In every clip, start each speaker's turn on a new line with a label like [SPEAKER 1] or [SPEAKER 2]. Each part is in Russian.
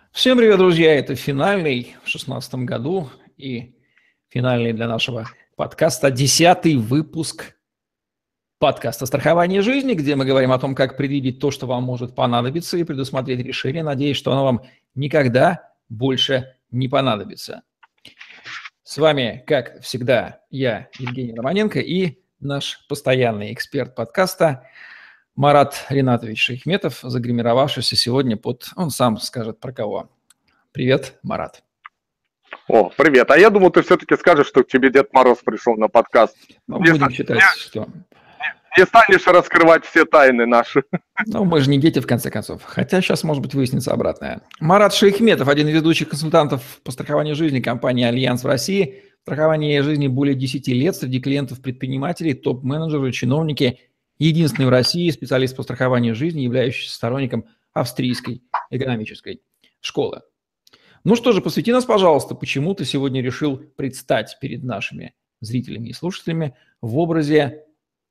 [SPEAKER 1] Всем привет, друзья! Это финальный в 2016 году и финальный для нашего подкаста 10-й выпуск подкаста «Страхование жизни», где мы говорим о том, как предвидеть то, что вам может понадобиться, и предусмотреть решение. Надеюсь, что оно вам никогда больше не понадобится. С вами, как всегда, я, Евгений Романенко, и наш постоянный эксперт подкаста Марат Ринатович Шейхметов, загримировавшийся сегодня под... Он сам скажет про кого. Привет, Марат.
[SPEAKER 2] О, привет. А я думал, ты все-таки скажешь, что к тебе Дед Мороз пришел на подкаст.
[SPEAKER 1] Ну, будем считать, что...
[SPEAKER 2] Не станешь раскрывать все тайны наши.
[SPEAKER 1] Ну, мы же не дети, в конце концов. Хотя сейчас, может быть, выяснится обратное. Марат Шейхметов, один из ведущих консультантов по страхованию жизни компании «Альянс» в России. Страхование жизни более 10 лет среди клиентов-предпринимателей, топ-менеджеры, чиновники. Единственный в России специалист по страхованию жизни, являющийся сторонником австрийской экономической школы. Ну что же, посвяти нас, пожалуйста, почему ты сегодня решил предстать перед нашими зрителями и слушателями в образе...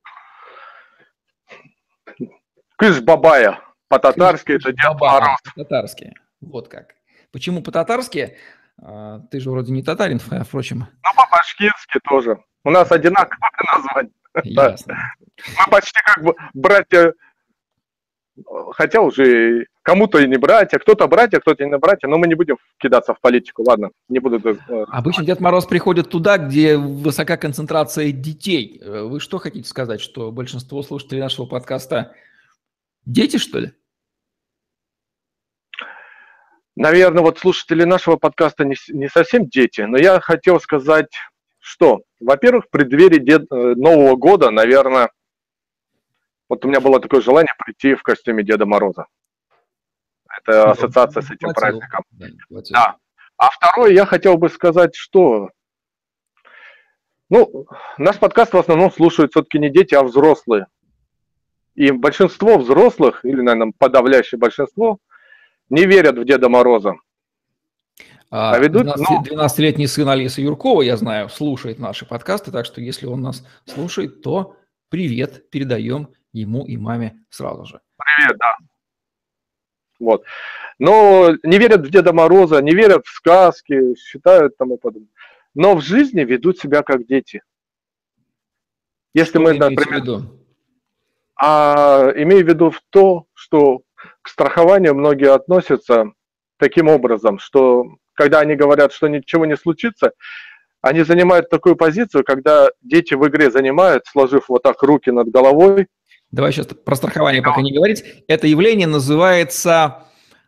[SPEAKER 2] Кыш-бабая. По-татарски это Дед Мороз.
[SPEAKER 1] По-татарски. Вот как. Почему по-татарски? Ты же вроде не татарин, впрочем.
[SPEAKER 2] Ну, по-башкирски тоже. У нас одинаковое название.
[SPEAKER 1] Ясно.
[SPEAKER 2] Мы почти как бы братья, хотя уже кому-то и не братья, кто-то не братья, но мы не будем кидаться в политику, ладно, не буду.
[SPEAKER 1] Обычно Дед Мороз приходит туда, где высока концентрация детей. Вы что хотите сказать, что большинство слушателей нашего подкаста дети, что ли?
[SPEAKER 2] Наверное, вот слушатели нашего подкаста не совсем дети, но я хотел сказать, что, во-первых, в преддверии Нового года, наверное, вот у меня было такое желание прийти в костюме Деда Мороза. Это ассоциация с этим праздником. Да. А второе, я хотел бы сказать, что... Ну, наш подкаст в основном слушают все-таки не дети, а взрослые. И большинство взрослых, или, наверное, подавляющее большинство, не верят в Деда Мороза.
[SPEAKER 1] А ведут... 12-летний сын Алисы Юркова, я знаю, слушает наши подкасты, так что если он нас слушает, то привет передаем ему и маме сразу же.
[SPEAKER 2] Привет, да. Вот. Но не верят в Деда Мороза, не верят в сказки, считают тому подобное. Но в жизни ведут себя как дети. Если
[SPEAKER 1] что
[SPEAKER 2] мы, например, имею в виду то, что к страхованию многие относятся таким образом, что когда они говорят, что ничего не случится, они занимают такую позицию, когда дети в игре занимают, сложив вот так руки над головой.
[SPEAKER 1] Давай сейчас про страхование пока не говорить. Это явление называется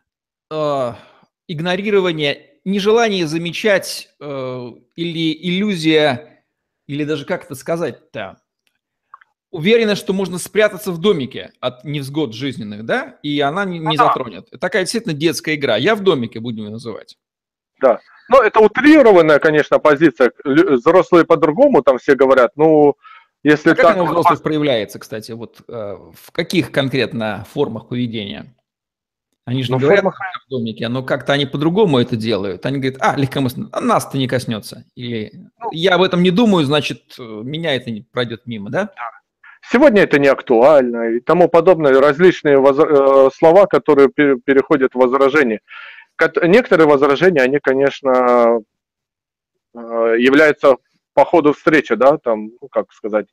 [SPEAKER 1] игнорирование, нежелание замечать или иллюзия, или даже как это сказать-то, уверена, что можно спрятаться в домике от невзгод жизненных, да, и она не затронет. Такая действительно детская игра. Я в домике, будем ее называть.
[SPEAKER 2] Да. Ну, это утрированная, конечно, позиция. Взрослые по-другому там все говорят. Ну, если
[SPEAKER 1] как она у взрослых проявляется, кстати? Вот в каких конкретно формах поведения? Они же не говорят в домике, но как-то они по-другому это делают. Они говорят, легкомысленно, нас-то не коснется. Или я об этом не думаю, значит, меня это не пройдет мимо, да?
[SPEAKER 2] Сегодня это не актуально и тому подобное. Различные слова, которые переходят в возражение. Некоторые возражения, они, конечно, являются по ходу встречи, да, там, ну, как сказать...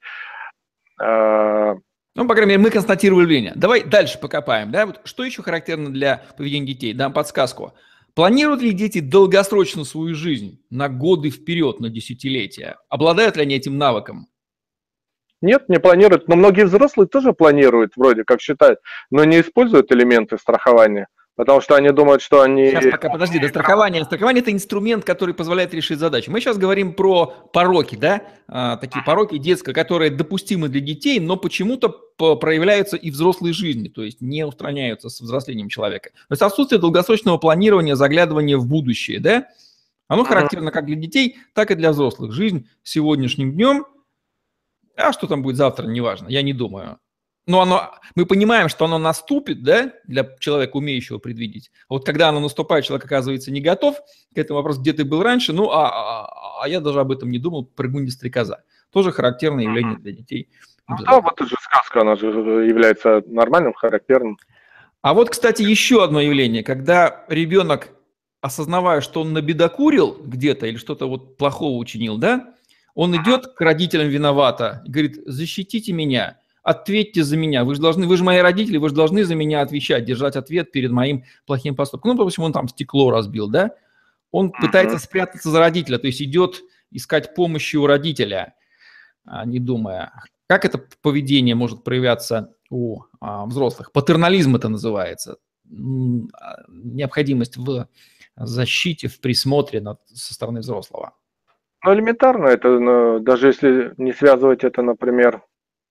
[SPEAKER 1] Ну, по крайней мере, мы констатировали явление. Давай дальше покопаем, да? Вот что еще характерно для поведения детей? Дам подсказку. Планируют ли дети долгосрочно свою жизнь на годы вперед, на десятилетия? Обладают ли они этим навыком?
[SPEAKER 2] Нет, не планируют. Но многие взрослые тоже планируют, вроде как считают, но не используют элементы страхования, потому что они думают, что они...
[SPEAKER 1] Сейчас пока, подожди, до страхования. Страхование – это инструмент, который позволяет решить задачу. Мы сейчас говорим про пороки, да? Такие пороки детские, которые допустимы для детей, но почему-то проявляются и в взрослой жизни, то есть не устраняются с взрослением человека. То есть отсутствие долгосрочного планирования, заглядывания в будущее, да? Оно характерно как для детей, так и для взрослых. Жизнь сегодняшним днем, а что там будет завтра, неважно, я не думаю. Но мы понимаем, что оно наступит, да, для человека, умеющего предвидеть. Вот когда оно наступает, человек оказывается не готов к этому вопросу, где ты был раньше, я даже об этом не думал, прыгун не стрекоза. Тоже характерное явление для детей.
[SPEAKER 2] Ну да, вот это же сказка, она же является нормальным, характерным.
[SPEAKER 1] А вот, кстати, еще одно явление, когда ребенок осознавая, что он набедокурил где-то или что-то вот плохого учинил, да, он идет к родителям виновата и говорит: защитите меня, ответьте за меня, вы же мои родители, вы же должны за меня отвечать, держать ответ перед моим плохим поступком. Ну, допустим, он там стекло разбил, да, он пытается спрятаться за родителя, то есть идет искать помощи у родителя, не думая. Как это поведение может проявляться у взрослых? Патернализм это называется. Необходимость в защите, в присмотре со стороны взрослого.
[SPEAKER 2] Ну, элементарно это, даже если не связывать это, например,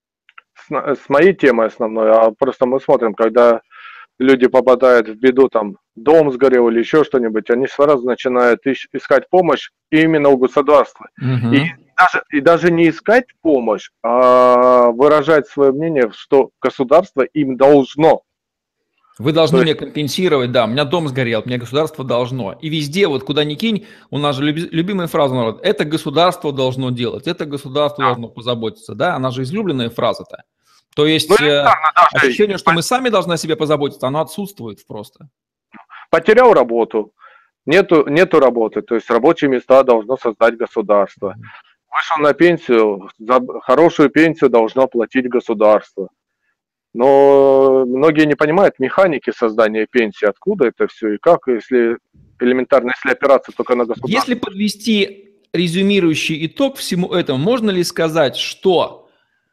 [SPEAKER 2] с моей темой основной, а просто мы смотрим, когда люди попадают в беду, там, дом сгорел или еще что-нибудь, они сразу начинают искать помощь именно у государства.
[SPEAKER 1] Угу.
[SPEAKER 2] И даже не искать помощь, а выражать свое мнение, что государство им должно.
[SPEAKER 1] Вы должны мне компенсировать, да, у меня дом сгорел, мне государство должно. И везде, вот куда ни кинь, у нас же любимая фраза народ: это государство должно делать, это государство должно позаботиться, да, она же излюбленная фраза-то. То есть ощущение, что мы сами должны о себе позаботиться, оно отсутствует просто.
[SPEAKER 2] Потерял работу, нету работы, то есть рабочие места должно создать государство. Вышел на пенсию, за хорошую пенсию должно платить государство. Но многие не понимают механики создания пенсии, откуда это все и как, если элементарно, если опираться только на государство.
[SPEAKER 1] Если подвести резюмирующий итог всему этому, можно ли сказать, что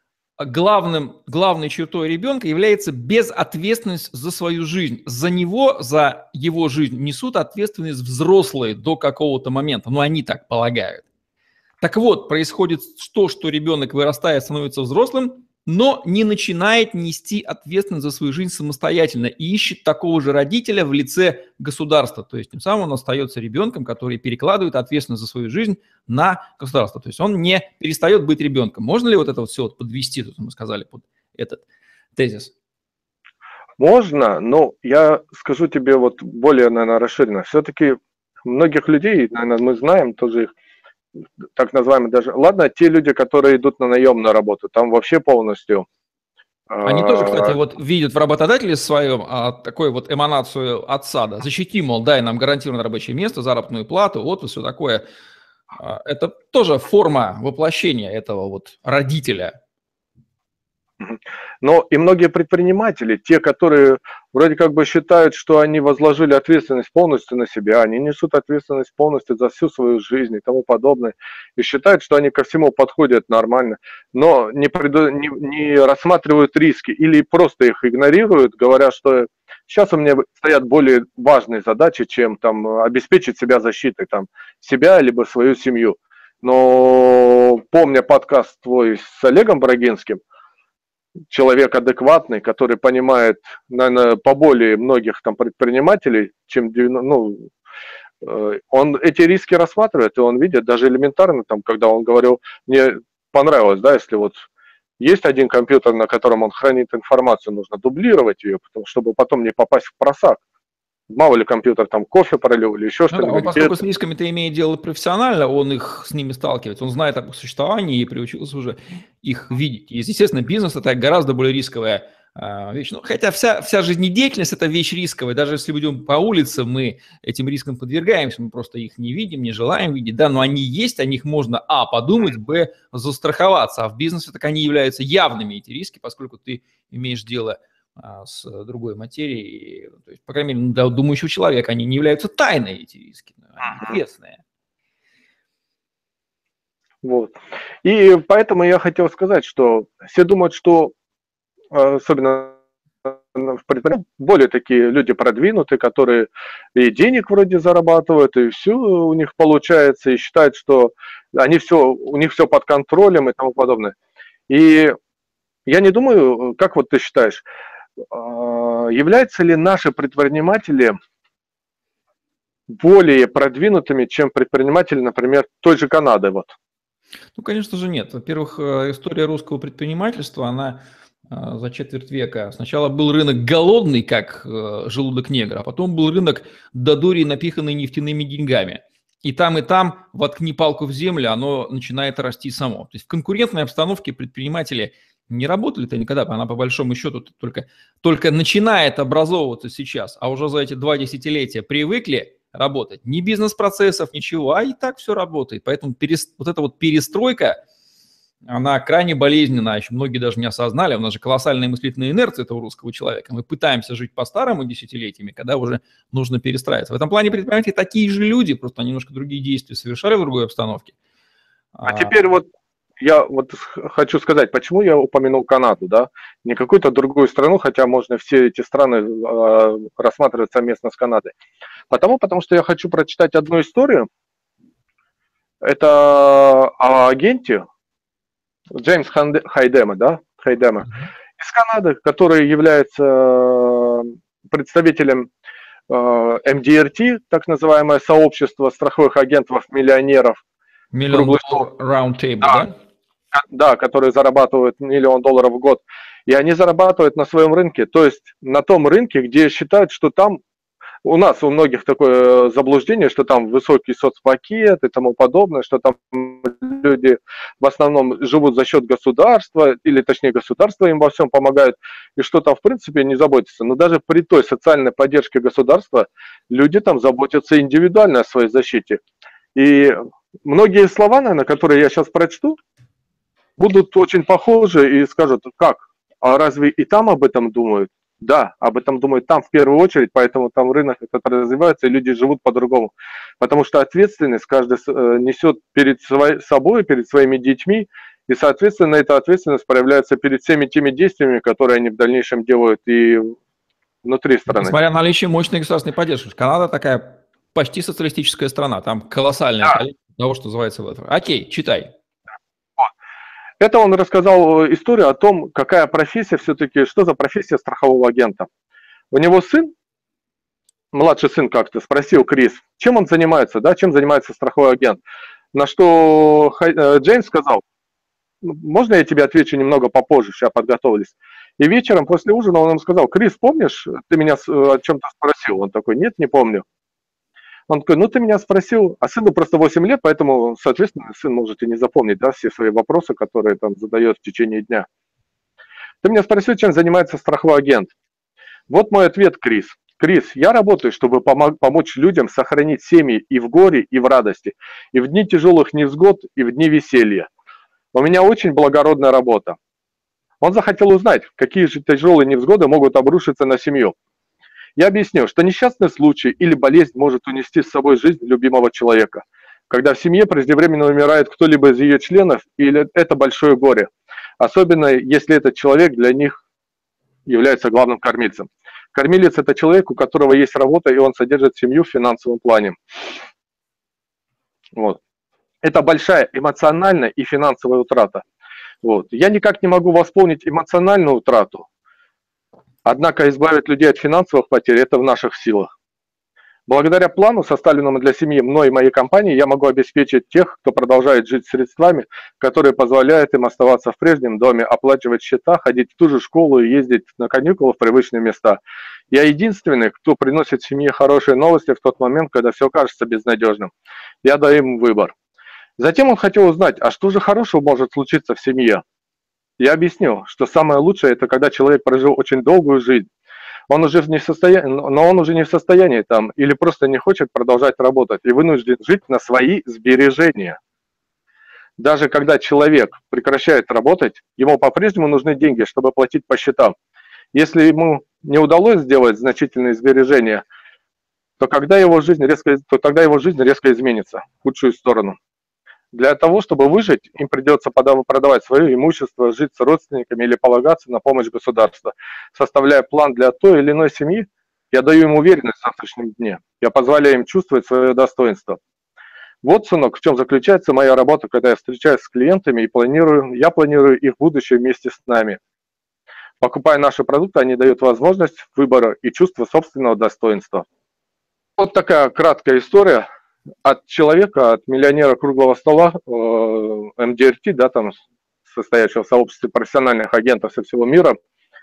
[SPEAKER 1] главной чертой ребенка является безответственность за свою жизнь? За него, за его жизнь несут ответственность взрослые до какого-то момента, но они так полагают. Так вот, происходит то, что ребенок, вырастая, становится взрослым, но не начинает нести ответственность за свою жизнь самостоятельно и ищет такого же родителя в лице государства. То есть тем самым он остается ребенком, который перекладывает ответственность за свою жизнь на государство. То есть он не перестает быть ребенком. Можно ли вот это вот все вот подвести, тут мы сказали, под этот тезис?
[SPEAKER 2] Можно, но я скажу тебе вот более, наверное, расширенно. Все-таки многих людей, наверное, мы знаем тоже их, так называемые даже, ладно, те люди, которые идут на наемную работу, там вообще полностью.
[SPEAKER 1] Они тоже, кстати, вот видят в работодателе своем такой вот эманацию отца, да, защити, мол, дай нам гарантированное рабочее место, заработную плату, вот и все такое. Это тоже форма воплощения этого вот родителя.
[SPEAKER 2] Но и многие предприниматели, те, которые вроде как бы считают, что они возложили ответственность полностью на себя, они несут ответственность полностью за всю свою жизнь и тому подобное, и считают, что они ко всему подходят нормально, но не рассматривают риски или просто их игнорируют, говоря, что сейчас у меня стоят более важные задачи, чем там обеспечить себя защитой, там, себя либо свою семью. Но помня подкаст твой с Олегом Брагинским, человек адекватный, который понимает, наверное, поболее многих там предпринимателей, чем, он эти риски рассматривает, и он видит даже элементарно, там, когда он говорил, мне понравилось, да, если вот есть один компьютер, на котором он хранит информацию, нужно дублировать ее, чтобы потом не попасть в просак. Мало ли компьютер там кофе пролил или еще что-нибудь.
[SPEAKER 1] Он, поскольку с рисками-то имеет дело профессионально, он их с ними сталкивается, он знает об их существовании и приучился уже их видеть. И, естественно, бизнес – это гораздо более рисковая вещь. Ну, хотя вся жизнедеятельность – это вещь рисковая. Даже если идем по улице, мы этим рискам подвергаемся, мы просто их не видим, не желаем видеть. Да, но они есть, о них можно, подумать, застраховаться. А в бизнесе так они являются явными, эти риски, поскольку ты имеешь дело с другой материей, то есть, по крайней мере, для думающего человека они не являются тайной, эти риски, они известные.
[SPEAKER 2] Вот. И поэтому я хотел сказать, что все думают, что особенно в предприятиях более такие люди продвинутые, которые и денег вроде зарабатывают, и все у них получается, и считают, что у них все под контролем и тому подобное. И я не думаю, как вот ты считаешь, являются ли наши предприниматели более продвинутыми, чем предприниматели, например, той же Канады? Вот.
[SPEAKER 1] Ну, конечно же, нет. Во-первых, история русского предпринимательства, она за четверть века. Сначала был рынок голодный, как желудок негра, а потом был рынок до дури, напиханный нефтяными деньгами. И там, воткни палку в землю, оно начинает расти само. То есть в конкурентной обстановке предприниматели не работали-то никогда, она по большому счету только начинает образовываться сейчас, а уже за эти 2 десятилетия привыкли работать. Ни бизнес-процессов, ничего, а и так все работает. Поэтому вот эта вот перестройка, она крайне болезненна, еще многие даже не осознали, у нас же колоссальная мыслительная инерция этого русского человека. Мы пытаемся жить по-старому десятилетиями, когда уже нужно перестраиваться. В этом плане предприниматели такие же люди, просто немножко другие действия совершали в другой обстановке.
[SPEAKER 2] А теперь вот я вот хочу сказать, почему я упомянул Канаду, да, не какую-то другую страну, хотя можно все эти страны рассматривать совместно с Канадой. Потому что я хочу прочитать одну историю. Это о агенте Джеймс Хайдема, да, Хайдема, из Канады, который является представителем MDRT, так называемое сообщество страховых агентов-миллионеров.
[SPEAKER 1] Million Dollar Round Table, да?
[SPEAKER 2] Да, которые зарабатывают $1 миллион в год. И они зарабатывают на своем рынке, то есть на том рынке, где считают, что там у нас у многих такое заблуждение, что там высокий соцпакет и тому подобное, что там люди в основном живут за счет государства, или точнее государство им во всем помогает, и что там в принципе не заботится. Но даже при той социальной поддержке государства люди там заботятся индивидуально о своей защите. И многие слова, наверное, которые я сейчас прочту, будут очень похожи и скажут, как, а разве и там об этом думают? Да, об этом думают там в первую очередь, поэтому там рынок этот развивается, и люди живут по-другому. Потому что ответственность каждый несет перед собой, перед своими детьми, и, соответственно, эта ответственность проявляется перед всеми теми действиями, которые они в дальнейшем делают и внутри страны.
[SPEAKER 1] Несмотря на наличие мощной государственной поддержки. Канада такая почти социалистическая страна, там колоссальное количество того, что называется в этом. Окей, читай.
[SPEAKER 2] Это он рассказал историю о том, какая профессия все-таки, что за профессия страхового агента. У него сын, младший сын как-то спросил Крис, чем он занимается, да, чем занимается страховой агент. На что Джеймс сказал, можно я тебе отвечу немного попозже, сейчас подготовлюсь. И вечером после ужина он ему сказал, Крис, помнишь, ты меня о чем-то спросил? Он такой, нет, не помню. Он такой, ну ты меня спросил, а сыну просто 8 лет, поэтому, соответственно, сын может и не запомнить, да, все свои вопросы, которые там задает в течение дня. Ты меня спросил, чем занимается страховой агент. Вот мой ответ, Крис. Крис, я работаю, чтобы помочь людям сохранить семьи и в горе, и в радости, и в дни тяжелых невзгод, и в дни веселья. У меня очень благородная работа. Он захотел узнать, какие же тяжелые невзгоды могут обрушиться на семью. Я объясню, что несчастный случай или болезнь может унести с собой жизнь любимого человека. Когда в семье преждевременно умирает кто-либо из ее членов, или это большое горе. Особенно, если этот человек для них является главным кормильцем. Кормилец – это человек, у которого есть работа, и он содержит семью в финансовом плане. Вот. Это большая эмоциональная и финансовая утрата. Вот. Я никак не могу восполнить эмоциональную утрату. Однако избавить людей от финансовых потерь – это в наших силах. Благодаря плану, составленному для семьи мной и моей компанией, я могу обеспечить тех, кто продолжает жить средствами, которые позволяют им оставаться в прежнем доме, оплачивать счета, ходить в ту же школу и ездить на каникулы в привычные места. Я единственный, кто приносит семье хорошие новости в тот момент, когда все кажется безнадежным. Я даю им выбор. Затем он хотел узнать, а что же хорошего может случиться в семье? Я объяснил, что самое лучшее – это когда человек прожил очень долгую жизнь, но он уже не в состоянии там или просто не хочет продолжать работать и вынужден жить на свои сбережения. Даже когда человек прекращает работать, ему по-прежнему нужны деньги, чтобы платить по счетам. Если ему не удалось сделать значительные сбережения, то тогда его жизнь резко изменится в худшую сторону. Для того, чтобы выжить, им придется продавать свое имущество, жить с родственниками или полагаться на помощь государства. Составляя план для той или иной семьи, я даю им уверенность в завтрашнем дне. Я позволяю им чувствовать свое достоинство. Вот, сынок, в чем заключается моя работа, когда я встречаюсь с клиентами и я планирую их будущее вместе с нами. Покупая наши продукты, они дают возможность выбора и чувство собственного достоинства. Вот такая краткая история от человека, от миллионера круглого стола, MDRT, да, там, состоящего в сообществе профессиональных агентов со всего мира,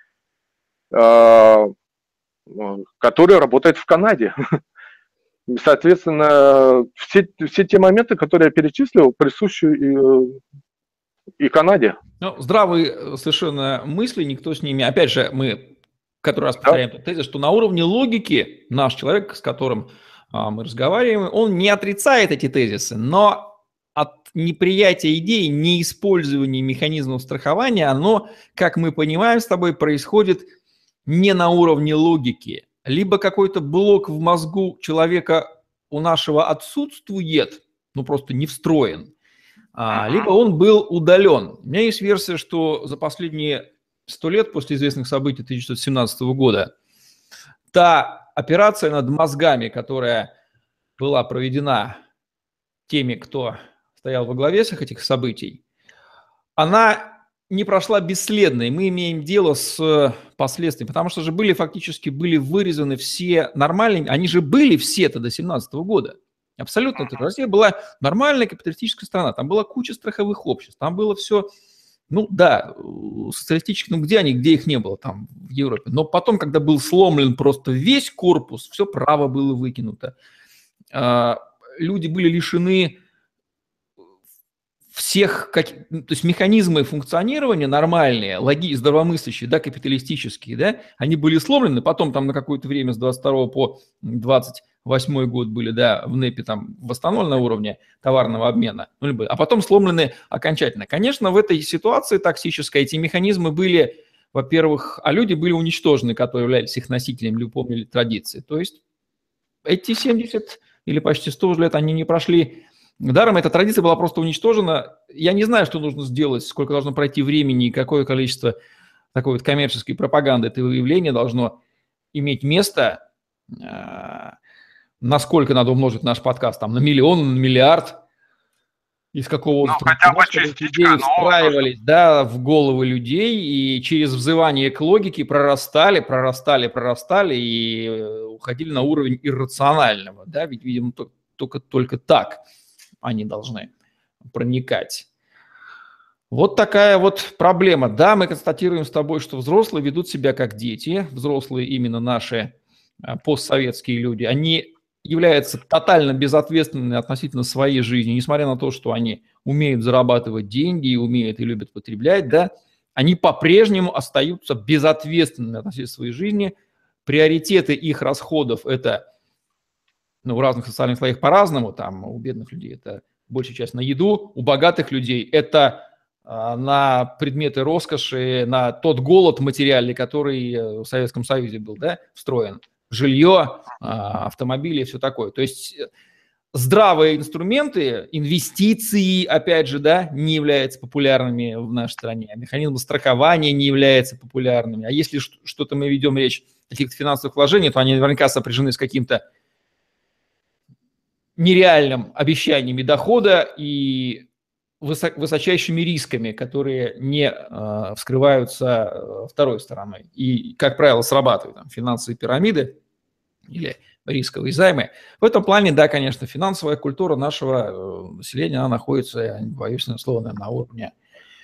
[SPEAKER 2] который работает в Канаде. Соответственно, все те моменты, которые я перечислил, присущи и Канаде.
[SPEAKER 1] Ну, здравые совершенно мысли, никто с ними... Опять же, мы который раз повторяем тезис, что на уровне логики наш человек, с которым мы разговариваем, он не отрицает эти тезисы, но от неприятия идеи, неиспользования механизмов страхования, оно, как мы понимаем с тобой, происходит не на уровне логики. Либо какой-то блок в мозгу человека у нашего отсутствует, ну просто не встроен, либо он был удален. У меня есть версия, что за последние 100 лет после известных событий 1917 года та операция над мозгами, которая была проведена теми, кто стоял во главе всех этих событий, она не прошла бесследно, и мы имеем дело с последствиями, потому что же фактически были вырезаны все нормальные, они же были все-то до 1917 года. Абсолютно. Россия была нормальная капиталистическая страна, там была куча страховых обществ, там было все, ну да, социалистические, ну где они, где их не было там в Европе. Но потом, когда был сломлен просто весь корпус, все право было выкинуто. Люди были лишены всех, то есть механизмы функционирования нормальные, здравомыслящие, да, капиталистические, да, они были сломлены, потом там на какое-то время с 22 по 28 год были, да, в НЭПе там восстановлены на уровне товарного обмена, а потом сломлены окончательно. Конечно, в этой ситуации токсической эти механизмы были, во-первых, люди были уничтожены, которые являлись их носителями или помнили традиции. То есть эти 70 или почти 100 лет они не прошли даром. Эта традиция была просто уничтожена. Я не знаю, что нужно сделать, сколько должно пройти времени и какое количество такой вот коммерческой пропаганды этого явления должно иметь место. Насколько надо умножить наш подкаст там, на миллион, на миллиард. Из какого-то
[SPEAKER 2] хотя бы частичка,
[SPEAKER 1] идеи встраивались, да, в головы людей и через взывание к логике прорастали и уходили на уровень иррационального. Да? Ведь, видимо, только так они должны проникать. Вот такая вот проблема. Да, мы констатируем с тобой, что взрослые ведут себя как дети, взрослые именно наши постсоветские люди, они являются тотально безответственными относительно своей жизни, несмотря на то, что они умеют зарабатывать деньги и умеют и любят потреблять, да, они по-прежнему остаются безответственными относительно своей жизни. Приоритеты их расходов – это, ну, в разных социальных слоях по-разному, там у бедных людей это большая часть на еду, у богатых людей это на предметы роскоши, на тот голод материальный, который в Советском Союзе был, да, встроен. Жилье, автомобили, все такое. То есть здравые инструменты, инвестиции, опять же, да, не являются популярными в нашей стране. Механизмы страхования не являются популярными. А если что-то мы ведем речь о каких-то финансовых вложениях, то они наверняка сопряжены с каким-то нереальным обещаниями дохода и высочайшими рисками, которые не вскрываются второй стороной. И, как правило, срабатывают там финансовые пирамиды или рисковые займы. В этом плане, да, конечно, финансовая культура нашего населения, она находится, я не боюсь слова, наверное, на уровне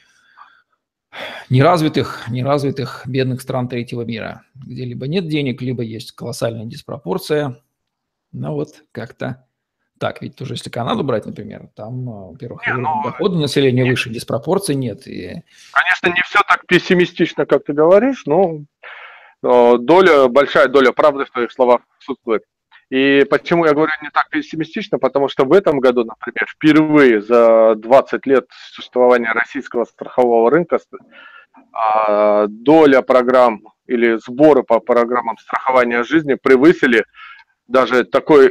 [SPEAKER 1] неразвитых бедных стран третьего мира, где либо нет денег, либо есть колоссальная диспропорция. Ну вот как-то так. Ведь тоже если Канаду брать, например, там, во-первых, доходы населения выше, диспропорций нет. И...
[SPEAKER 2] Конечно, не все так пессимистично, как ты говоришь, но большая доля правды в твоих словах присутствует. И почему я говорю не так пессимистично? Потому что в этом году, например, впервые за 20 лет существования российского страхового рынка доля программ или сборы по программам страхования жизни превысили даже такой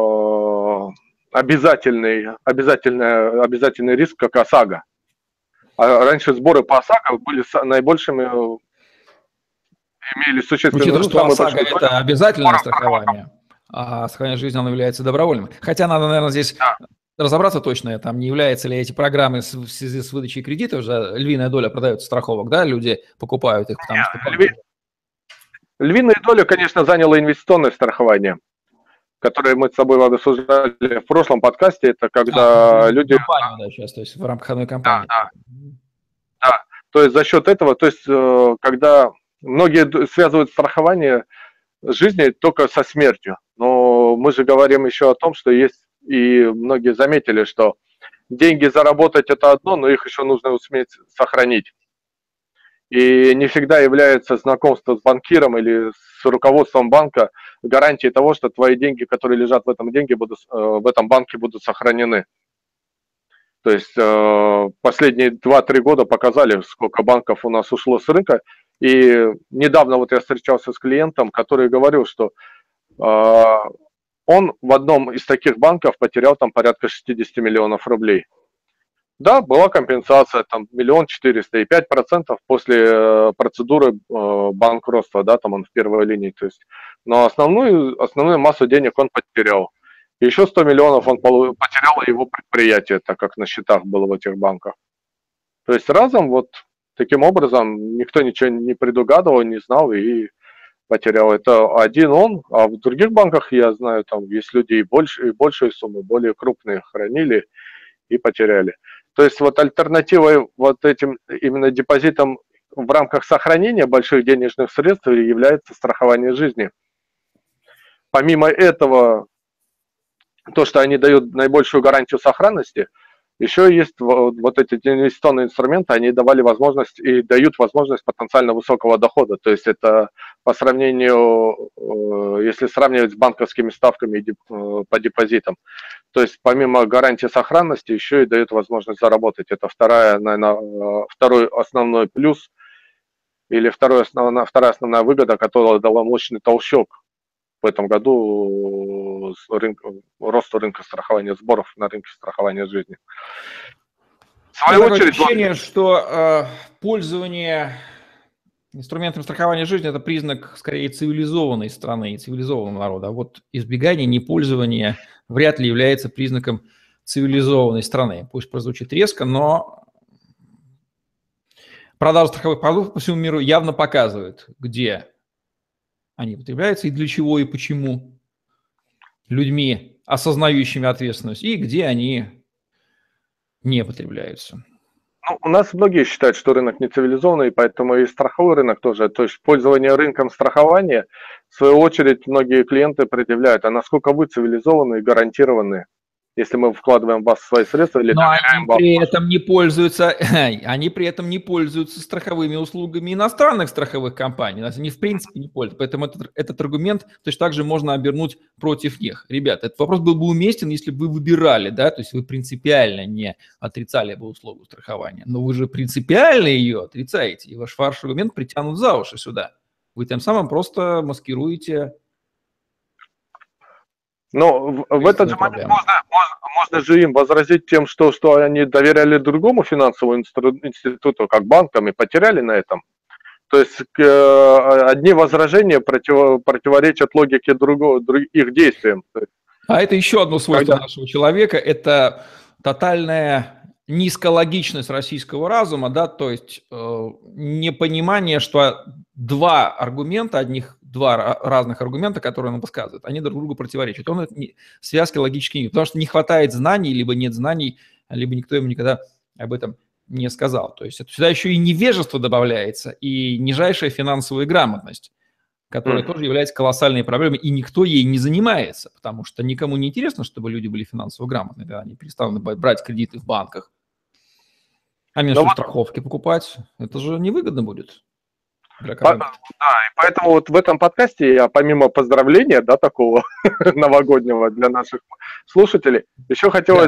[SPEAKER 2] обязательный риск, как ОСАГО. А раньше сборы по ОСАГО были наибольшими, имели существенную...
[SPEAKER 1] Учитывая, что ОСАГО – это обязательное страхование, а страхование жизни оно является добровольным. Хотя надо, наверное, здесь разобраться точно, там не являются ли эти программы в связи с выдачей кредитов, уже львиная доля продается страховок, да, люди покупают их, потому что...
[SPEAKER 2] Львиную долю, конечно, заняло инвестиционное страхование, которое мы с собой обсуждали в прошлом подкасте, это когда люди...
[SPEAKER 1] Компанию, да, сейчас, то есть в рамках одной компании.
[SPEAKER 2] Да, то есть за счет этого, то есть когда многие связывают страхование жизни только со смертью, но мы же говорим еще о том, что есть, и многие заметили, что деньги заработать это одно, но их еще нужно уметь сохранить. И не всегда является знакомство с банкиром или с руководством банка гарантией того, что твои деньги, которые лежат в этом банке, будут сохранены. То есть последние 2-3 года показали, сколько банков у нас ушло с рынка. И недавно вот я встречался с клиентом, который говорил, что он в одном из таких банков потерял там порядка 60 миллионов рублей. Да, была компенсация, там 1 400 000 и 5% после процедуры банкротства, да, там он в первой линии, то есть, но основную массу денег он потерял. Еще 100 миллионов он потерял его предприятие, так как на счетах было в этих банках. То есть разом вот таким образом никто ничего не предугадывал, не знал и потерял. Это один он, а в других банках, я знаю, там есть люди и большие суммы, более крупные хранили и потеряли. То есть вот альтернативой вот этим именно депозитам в рамках сохранения больших денежных средств является страхование жизни. Помимо этого, то, что они дают наибольшую гарантию сохранности, еще есть вот эти инвестиционные инструменты, они давали возможность и дают возможность потенциально высокого дохода. То есть это по сравнению, если сравнивать с банковскими ставками по депозитам, то есть помимо гарантии сохранности еще и дает возможность заработать. Это второй основной плюс или вторая основная выгода, которая дала мощный толчок в этом году росту рынка страхования сборов на рынке страхования жизни.
[SPEAKER 1] В свою очередь, ощущение, что пользование инструментом страхования жизни – это признак, скорее, цивилизованной страны и цивилизованного народа. А вот избегание непользования вряд ли является признаком цивилизованной страны. Пусть прозвучит резко, но продажа страховых продуктов по всему миру явно показывает, где они потребляются и для чего и почему людьми, осознающими ответственность, и где они не потребляются.
[SPEAKER 2] Ну, у нас многие считают, что рынок не цивилизованный, поэтому и страховой рынок тоже. То есть пользование рынком страхования, в свою очередь, многие клиенты предъявляют, а насколько вы цивилизованы и гарантированы, если мы вкладываем в вас свои средства или доверяем вам.
[SPEAKER 1] Они при этом не пользуются страховыми услугами иностранных страховых компаний. Они в принципе не пользуются. Поэтому этот аргумент точно так же можно обернуть против них. Ребята, этот вопрос был бы уместен, если бы вы выбирали, да, то есть вы принципиально не отрицали бы услугу страхования. Но вы же принципиально ее отрицаете, и ваш аргумент притянут за уши сюда. Вы тем самым просто маскируете.
[SPEAKER 2] Но в этот же момент можно же им возразить тем, что они доверяли другому финансовому институту, как банкам, и потеряли на этом. То есть одни возражения противоречат логике их действиям.
[SPEAKER 1] А это еще одно свойство нашего человека – это тотальная низкологичность российского разума, да, то есть непонимание, что два разных аргумента, которые он высказывает, они друг другу противоречат. Он связки логически не видит, потому что не хватает знаний, либо нет знаний, либо никто ему никогда об этом не сказал. То есть сюда еще и невежество добавляется, и нижайшая финансовая грамотность, которая тоже является колоссальной проблемой, и никто ей не занимается, потому что никому не интересно, чтобы люди были финансово грамотны, когда они перестанут брать кредиты в банках, а меньше страховки покупать. Это же невыгодно будет. Да,
[SPEAKER 2] и поэтому вот в этом подкасте я помимо поздравления, да, такого новогоднего для наших слушателей, еще хотел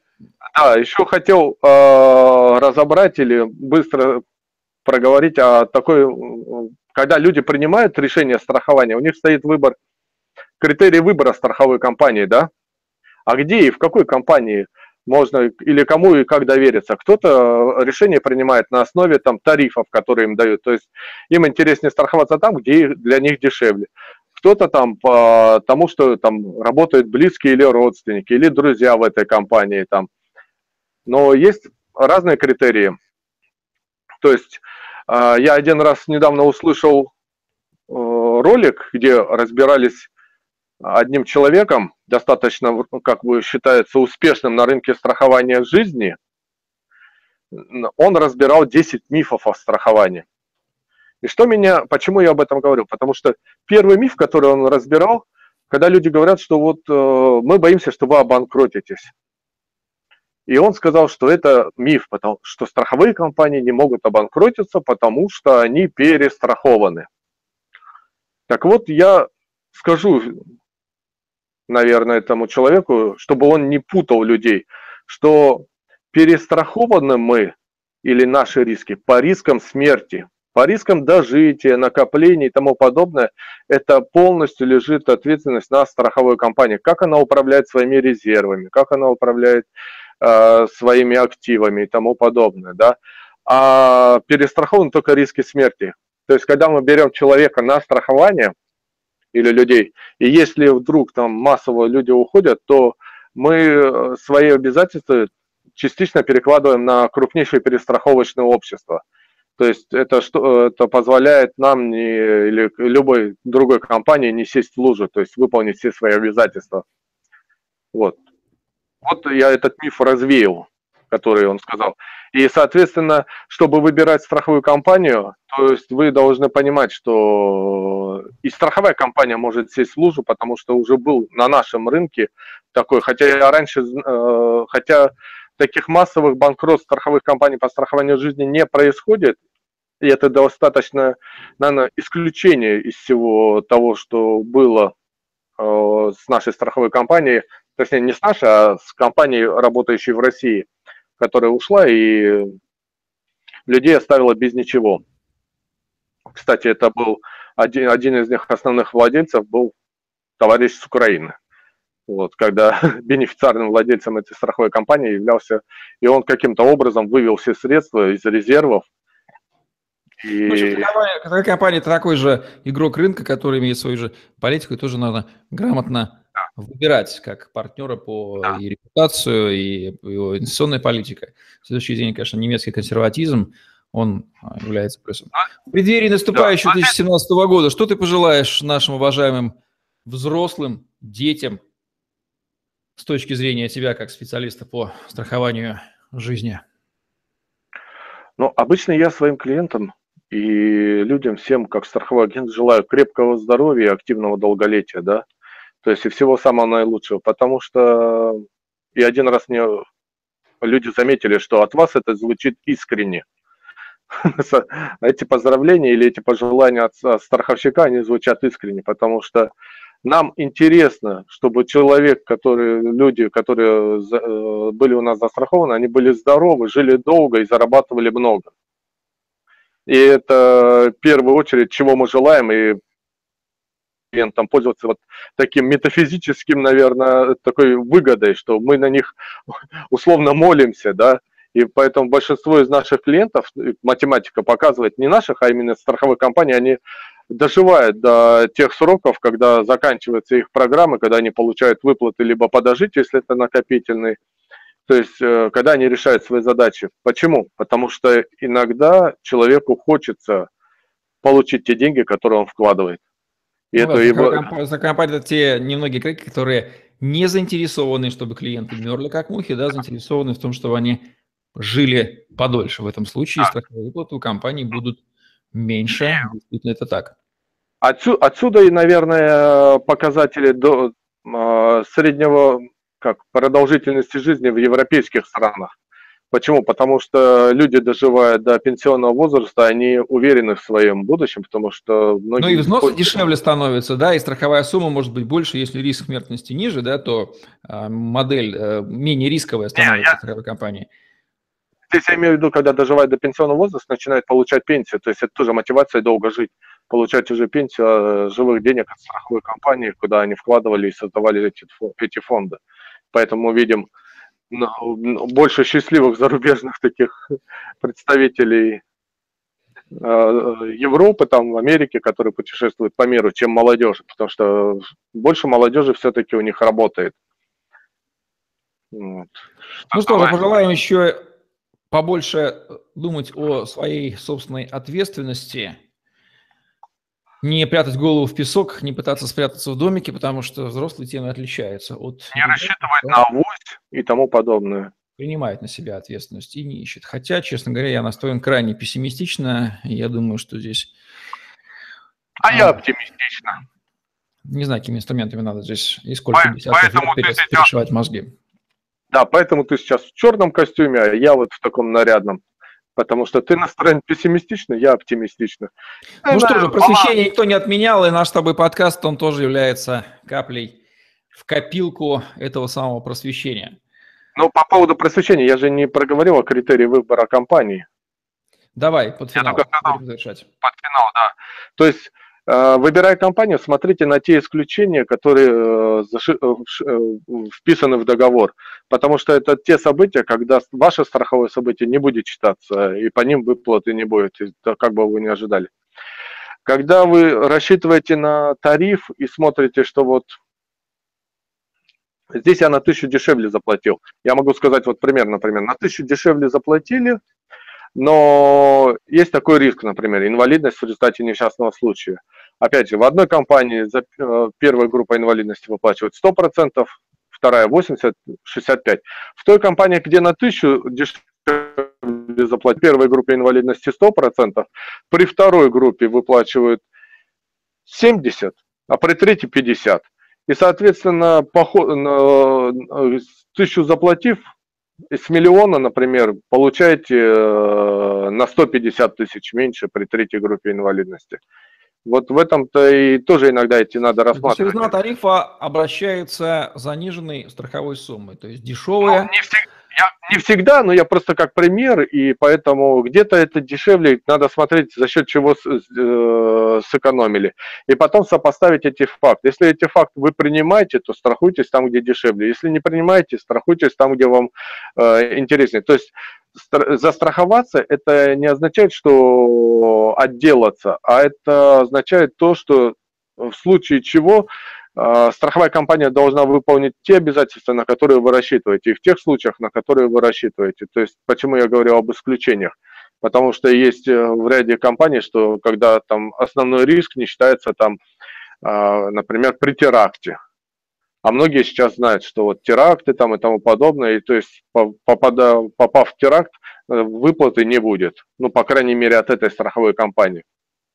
[SPEAKER 2] разобрать или быстро проговорить о такой, когда люди принимают решение страхования, у них стоит выбор, критерий выбора страховой компании, да, а где и в какой компании можно или кому и как довериться. Кто-то решение принимает на основе там тарифов, которые им дают. То есть им интереснее страховаться там, где для них дешевле. Кто-то там по тому, что там работают близкие или родственники, или друзья в этой компании там. Но есть разные критерии. То есть я один раз недавно услышал ролик, где разбирались одним человеком, достаточно, как бы считается, успешным на рынке страхования жизни, он разбирал 10 мифов о страховании. И почему я об этом говорю? Потому что первый миф, который он разбирал, когда люди говорят, что вот мы боимся, что вы обанкротитесь. И он сказал, что это миф, потому что страховые компании не могут обанкротиться, потому что они перестрахованы. Так вот, я скажу, наверное, этому человеку, чтобы он не путал людей, что перестрахованы мы или наши риски по рискам смерти, по рискам дожития, накопления и тому подобное, это полностью лежит ответственность на страховой компании. Как она управляет своими резервами, как она управляет своими активами и тому подобное. Да? А перестрахованы только риски смерти. То есть, когда мы берем человека на страхование или людей, и если вдруг там массово люди уходят, то мы свои обязательства частично перекладываем на крупнейшее перестраховочное общество. То есть это позволяет нам или любой другой компании не сесть в лужу, то есть выполнить все свои обязательства. Вот. Вот я этот миф развеял, который он сказал. И, соответственно, чтобы выбирать страховую компанию, то есть вы должны понимать, что и страховая компания может сесть в лужу, потому что уже был на нашем рынке такой, хотя таких массовых банкротств страховых компаний по страхованию жизни не происходит, и это достаточно, наверное, исключение из всего того, что было с нашей страховой компанией, точнее не с нашей, а с компанией, работающей в России, которая ушла и людей оставила без ничего. Кстати, это был один из них основных владельцев, был товарищ с Украины. Вот, когда бенефициарным владельцем этой страховой компании являлся, и он каким-то образом вывел все средства из резервов.
[SPEAKER 1] В общем, страховая компания – это такой же игрок рынка, который имеет свою же политику, и тоже надо грамотно выбирать как партнера по и репутацию, и его инвестиционная политика. С точки зрения, конечно, немецкий консерватизм, он является плюсом. В преддверии наступающего 2017 года, что ты пожелаешь нашим уважаемым взрослым, детям с точки зрения тебя как специалиста по страхованию жизни?
[SPEAKER 2] Ну, обычно я своим клиентам и людям всем, как страховой агент, желаю крепкого здоровья и активного долголетия, да, то есть и всего самого наилучшего, потому что и один раз мне люди заметили, что от вас это звучит искренне. Эти поздравления или эти пожелания от страховщика, они звучат искренне, потому что нам интересно, чтобы люди, которые были у нас застрахованы, они были здоровы, жили долго и зарабатывали много. И это в первую очередь, чего мы желаем, и клиентам пользоваться вот таким метафизическим, наверное, такой выгодой, что мы на них условно молимся, да, и поэтому большинство из наших клиентов, математика показывает, не наших, а именно страховых компаний, они доживают до тех сроков, когда заканчиваются их программы, когда они получают выплаты либо по дожитию, если это накопительный, то есть когда они решают свои задачи. Почему? Потому что иногда человеку хочется получить те деньги, которые он вкладывает.
[SPEAKER 1] И компания – это те немногие крики, которые не заинтересованы, чтобы клиенты мерли как мухи, да, заинтересованы в том, чтобы они жили подольше. В этом случае страховые выплаты у компаний будут меньше. Действительно, это так.
[SPEAKER 2] Отсюда и, наверное, показатели до среднего продолжительности жизни в европейских странах. Почему? Потому что люди, доживая до пенсионного возраста, они уверены в своем будущем, потому что многие...
[SPEAKER 1] Ну и взносы дешевле становятся, да, и страховая сумма может быть больше, если риск смертности ниже, да, то модель менее рисковая становится страховой компании.
[SPEAKER 2] Здесь я имею в виду, когда доживают до пенсионного возраста, начинают получать пенсию, то есть это тоже мотивация долго жить, получать уже пенсию живых денег от страховой компании, куда они вкладывали и создавали эти фонды. Поэтому мы видим больше счастливых зарубежных таких представителей Европы, там, Америки, которые путешествуют по миру, чем молодежи, потому что больше молодежи все-таки у них работает.
[SPEAKER 1] Вот. Ну что же, пожелаем еще побольше думать о своей собственной ответственности, не прятать голову в песок, не пытаться спрятаться в домике, потому что взрослые темы отличаются от...
[SPEAKER 2] Не рассчитывать на авось и тому подобное.
[SPEAKER 1] Принимает на себя ответственность и не ищет. Хотя, честно говоря, я настроен крайне пессимистично. Я думаю, что здесь...
[SPEAKER 2] я оптимистично.
[SPEAKER 1] Не знаю, какими инструментами надо здесь и сколько десятков лет перешивать мозги.
[SPEAKER 2] Да, поэтому ты сейчас в черном костюме, а я вот в таком нарядном. Потому что ты настроен пессимистично, я оптимистично.
[SPEAKER 1] Ну что
[SPEAKER 2] Наверное,
[SPEAKER 1] же, просвещение никто не отменял, и наш с тобой подкаст, он тоже является каплей в копилку этого самого просвещения.
[SPEAKER 2] но по поводу просвещения, я же не проговорил о критерии выбора компании.
[SPEAKER 1] Давай, под
[SPEAKER 2] Я
[SPEAKER 1] финал.
[SPEAKER 2] только сказал
[SPEAKER 1] Будем завершать.
[SPEAKER 2] под финал, да. То есть, выбирая компанию, смотрите на те исключения, которые вписаны в договор. Потому что это те события, когда ваше страховое событие не будет читаться, и по ним выплаты не будет, как бы вы ни ожидали. Когда вы рассчитываете на тариф и смотрите, что вот здесь я на 1000 дешевле заплатил. Я могу сказать вот пример, например, на 1000 дешевле заплатили, но есть такой риск, например, инвалидность в результате несчастного случая. Опять же, в одной компании за первая группа инвалидности выплачивает 100%, вторая 80%, 65%. В той компании, где на 1000 дешевле заплатили первой группе инвалидности 100%, при второй группе выплачивают 70%, а при третьей 50%. И, соответственно, 1000 заплатив, с миллиона, например, получаете на 150 тысяч меньше при третьей группе инвалидности. Вот в этом-то и тоже иногда эти надо рассматривать.
[SPEAKER 1] Дешевизна тарифа обращается заниженной страховой суммой, то есть дешевая.
[SPEAKER 2] Ну, не всегда, но я просто как пример, и поэтому где-то это дешевле, надо смотреть, за счет чего сэкономили. И потом сопоставить эти факты. Если эти факты вы принимаете, то страхуйтесь там, где дешевле. Если не принимаете, страхуйтесь там, где вам интереснее. То есть застраховаться это не означает, что отделаться, а это означает то, что в случае чего страховая компания должна выполнить те обязательства, на которые вы рассчитываете, и в тех случаях, на которые вы рассчитываете. То есть, почему я говорю об исключениях? Потому что есть в ряде компаний, что когда там основной риск не считается там, например, при теракте. А многие сейчас знают, что вот теракты там и тому подобное, и то есть попав в теракт, выплаты не будет. Ну, по крайней мере, от этой страховой компании.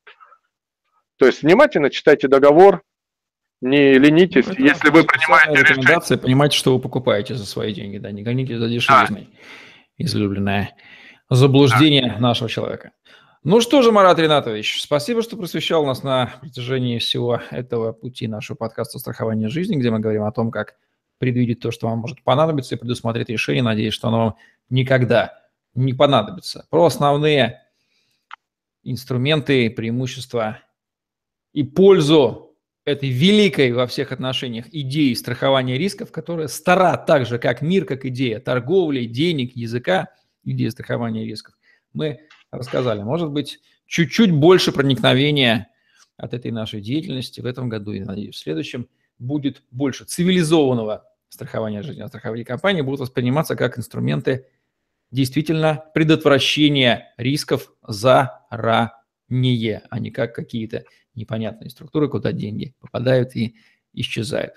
[SPEAKER 2] То есть внимательно читайте договор, не ленитесь,
[SPEAKER 1] Ну,
[SPEAKER 2] если вы принимаете
[SPEAKER 1] рекомендации, понимаете, что вы покупаете за свои деньги, да, не гоните за дешевизной, излюбленное заблуждение нашего человека. Ну что же, Марат Ринатович, спасибо, что просвещал нас на протяжении всего этого пути нашего подкаста «Страхование жизни», где мы говорим о том, как предвидеть то, что вам может понадобиться, и предусмотреть решение. Надеюсь, что оно вам никогда не понадобится. Про основные инструменты, преимущества и пользу этой великой во всех отношениях идеи страхования рисков, которая стара так же, как мир, как идея торговли, денег, языка, идея страхования рисков, мы рассказали. Может быть, чуть-чуть больше проникновения от этой нашей деятельности в этом году, и, надеюсь, в следующем будет больше цивилизованного страхования жизни. А страховые компании будут восприниматься как инструменты действительно предотвращения рисков заранее, а не как какие-то непонятные структуры, куда деньги попадают и исчезают.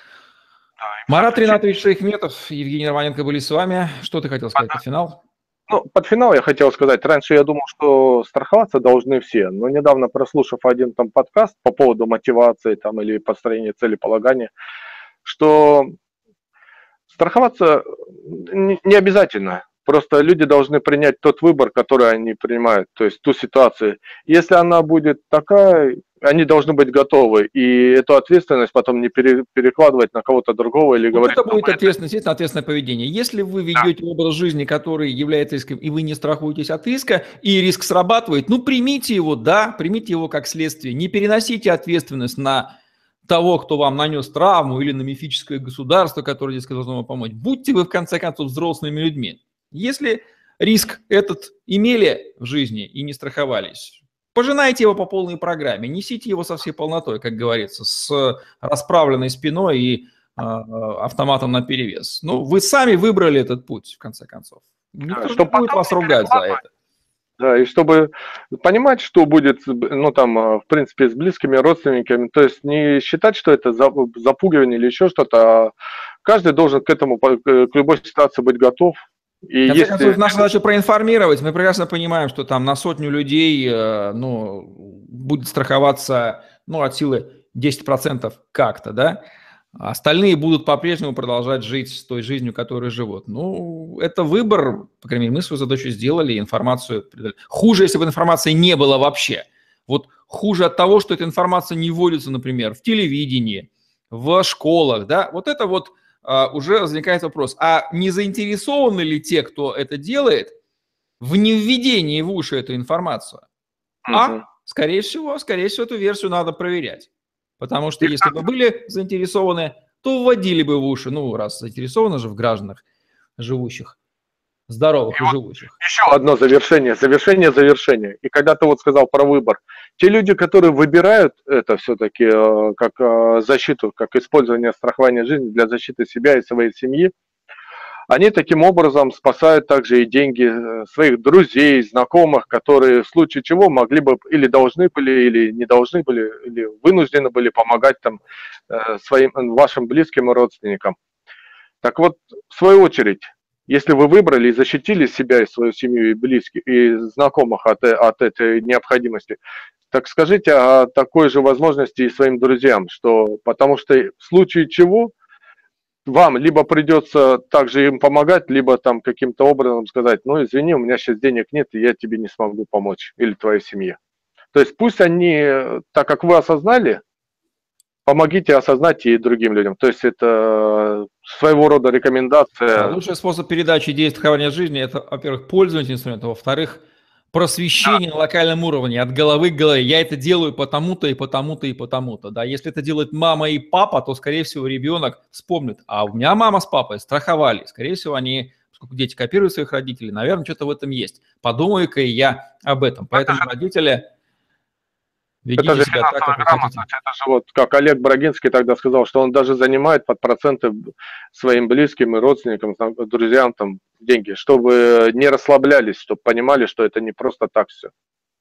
[SPEAKER 1] Марат Ринатович Шейхметов, Евгений Романенко были с вами. Что ты хотел сказать под финал?
[SPEAKER 2] Ну, под финал я хотел сказать, раньше я думал, что страховаться должны все, но недавно, прослушав один там подкаст по поводу мотивации там, или построения целеполагания, что страховаться не обязательно. Просто люди должны принять тот выбор, который они принимают, то есть ту ситуацию. Если она будет такая, они должны быть готовы, и эту ответственность потом не перекладывать на кого-то другого или говорить...
[SPEAKER 1] Это будет ответственность, естественно, ответственное поведение. Если вы ведете образ жизни, который является риском, и вы не страхуетесь от риска, и риск срабатывает, ну примите его, да, примите его как следствие. Не переносите ответственность на того, кто вам нанес травму, или на мифическое государство, которое, дескать, должно вам помочь. Будьте вы, в конце концов, взрослыми людьми. Если риск этот имели в жизни и не страховались, пожинайте его по полной программе, несите его со всей полнотой, как говорится, с расправленной спиной и автоматом наперевес. Ну, вы сами выбрали этот путь, в конце концов. Никто не будет вас ругать за это.
[SPEAKER 2] Да, и чтобы понимать, что будет, ну, там, в принципе, с близкими родственниками, то есть не считать, что это запугивание или еще что-то, а каждый должен к этому, к любой ситуации быть готов. И
[SPEAKER 1] в конце концов, наша задача проинформировать. Мы прекрасно понимаем, что там на 100 людей, ну, будет страховаться, ну, от силы 10% как-то, да. Остальные будут по-прежнему продолжать жить той жизнью, которой живут. Ну, это выбор, по крайней мере, мы свою задачу сделали, информацию передали. Хуже, если бы информации не было вообще. Вот хуже от того, что эта информация не вводится, например, в телевидении, в школах, да, вот это вот уже возникает вопрос, а не заинтересованы ли те, кто это делает, в невведении в уши эту информацию? Скорее всего, эту версию надо проверять. Потому что если бы были заинтересованы, то вводили бы в уши, ну, раз заинтересованы же в гражданах, живущих, здоровых и живущих.
[SPEAKER 2] Еще одно завершение. И когда ты вот сказал про выбор, те люди, которые выбирают это все-таки как защиту, как использование страхования жизни для защиты себя и своей семьи, они таким образом спасают также и деньги своих друзей, знакомых, которые в случае чего могли бы или должны были, или не должны были, или вынуждены были помогать там своим вашим близким и родственникам. Так вот, в свою очередь, если вы выбрали и защитили себя и свою семью, и близких, и знакомых от этой необходимости, так скажите о такой же возможности и своим друзьям, что, потому что в случае чего вам либо придется также им помогать, либо там каким-то образом сказать, ну извини, у меня сейчас денег нет, и я тебе не смогу помочь, или твоей семье. То есть пусть они, так как вы осознали, помогите осознать и другим людям. То есть это своего рода рекомендация.
[SPEAKER 1] Лучший способ передачи идеи страхования жизни – это, во-первых, пользование инструментом, во-вторых, просвещение на локальном уровне, от головы к голове. Я это делаю потому-то и потому-то и потому-то. Да? Если это делает мама и папа, то, скорее всего, ребенок вспомнит. А у меня мама с папой страховали. Скорее всего, они, поскольку дети копируют своих родителей, наверное, что-то в этом есть. Подумаю-ка и я об этом. Поэтому родители...
[SPEAKER 2] Это же финансовая грамотность, это же вот как Олег Брагинский тогда сказал, что он даже занимает под проценты своим близким и родственникам, друзьям там деньги, чтобы не расслаблялись, чтобы понимали, что это не просто так все.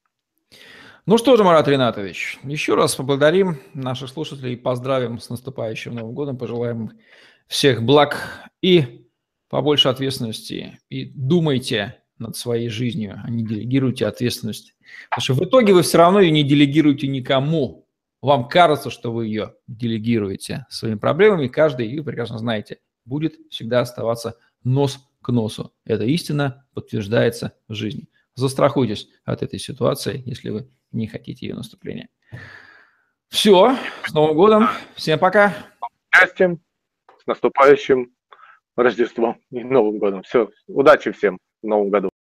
[SPEAKER 1] Ну что же, Марат Ринатович, еще раз поблагодарим наших слушателей, поздравим с наступающим Новым годом, пожелаем всех благ и побольше ответственности. И думайте над своей жизнью, а не делегируйте ответственность. Потому что в итоге вы все равно ее не делегируете никому. Вам кажется, что вы ее делегируете своими проблемами. Каждый, и вы прекрасно знаете, будет всегда оставаться нос к носу. Эта истина подтверждается в жизни. Застрахуйтесь от этой ситуации, если вы не хотите ее наступления. Все, с Новым годом. Всем пока.
[SPEAKER 2] Счастьем, с наступающим Рождеством и Новым годом. Все, удачи всем в Новом году.